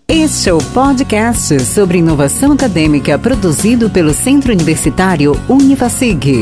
Este é o podcast sobre inovação acadêmica produzido pelo Centro Universitário Unifacig.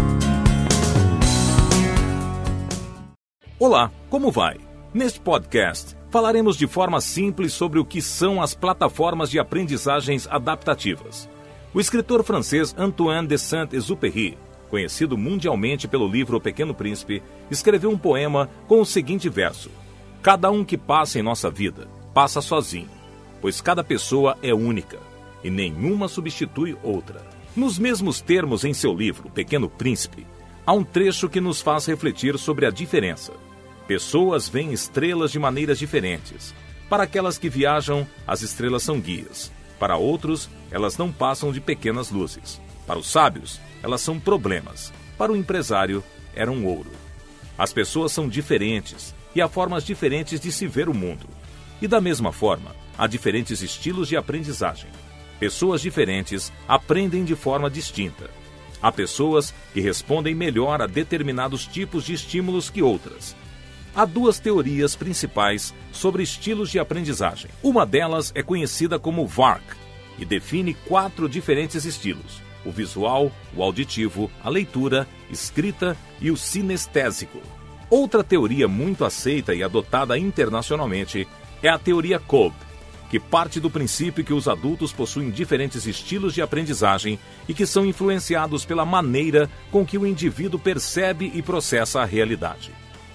Olá, como vai? Neste podcast, falaremos de forma simples sobre o que são as plataformas de aprendizagens adaptativas. O escritor francês Antoine de Saint-Exupéry, conhecido mundialmente pelo livro O Pequeno Príncipe, escreveu um poema com o seguinte verso: "Cada um que passa em nossa vida, passa sozinho, pois cada pessoa é única, e nenhuma substitui outra." Nos mesmos termos em seu livro O Pequeno Príncipe, há um trecho que nos faz refletir sobre a diferença. Pessoas veem estrelas de maneiras diferentes. Para aquelas que viajam, as estrelas são guias. Para outros, elas não passam de pequenas luzes. Para os sábios, elas são problemas. Para o empresário, eram ouro. As pessoas são diferentes e há formas diferentes de se ver o mundo. E da mesma forma, há diferentes estilos de aprendizagem. Pessoas diferentes aprendem de forma distinta. Há pessoas que respondem melhor a determinados tipos de estímulos que outras. Há duas teorias principais sobre estilos de aprendizagem. Uma delas é conhecida como VARK e define 4 diferentes estilos: o visual, o auditivo, a leitura, escrita e o sinestésico. Outra teoria muito aceita e adotada internacionalmente é a teoria Kolb, que parte do princípio que os adultos possuem diferentes estilos de aprendizagem e que são influenciados pela maneira com que o indivíduo percebe e processa a realidade.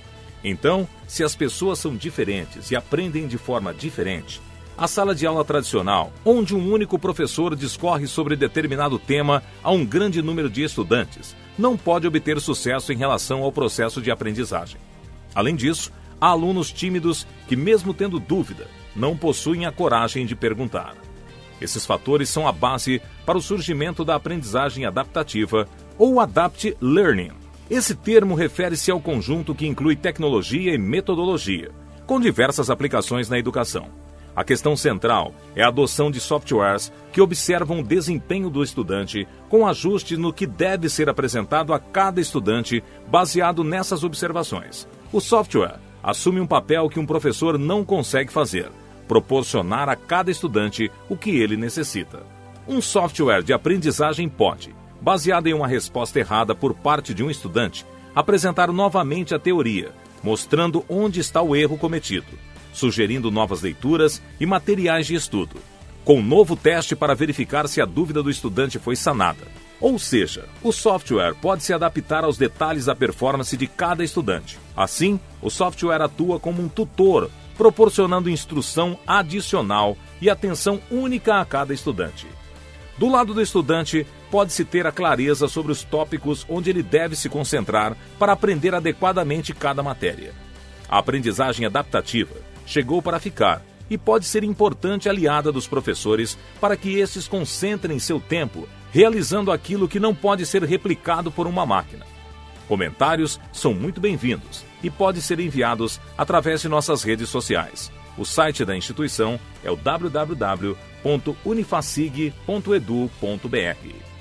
Então, se as pessoas são diferentes e aprendem de forma diferente, a sala de aula tradicional, onde um único professor discorre sobre determinado tema a um grande número de estudantes, não pode obter sucesso em relação ao processo de aprendizagem. Além disso, há alunos tímidos que, mesmo tendo dúvida, não possuem a coragem de perguntar. Esses fatores são a base para o surgimento da aprendizagem adaptativa ou Adapt Learning. Esse termo refere-se ao conjunto que inclui tecnologia e metodologia, com diversas aplicações na educação. A questão central é a adoção de softwares que observam o desempenho do estudante com ajustes no que deve ser apresentado a cada estudante baseado nessas observações. O software assume um papel que um professor não consegue fazer: proporcionar a cada estudante o que ele necessita. Um software de aprendizagem pode, baseado em uma resposta errada por parte de um estudante, apresentar novamente a teoria, mostrando onde está o erro cometido, sugerindo novas leituras e materiais de estudo, com um novo teste para verificar se a dúvida do estudante foi sanada. Ou seja, o software pode se adaptar aos detalhes da performance de cada estudante. Assim, o software atua como um tutor, proporcionando instrução adicional e atenção única a cada estudante. Do lado do estudante, pode-se ter a clareza sobre os tópicos onde ele deve se concentrar para aprender adequadamente cada matéria. A aprendizagem adaptativa chegou para ficar e pode ser importante aliada dos professores para que estes concentrem seu tempo realizando aquilo que não pode ser replicado por uma máquina. Comentários são muito bem-vindos e podem ser enviados através de nossas redes sociais. O site da instituição é o www.unifacig.edu.br.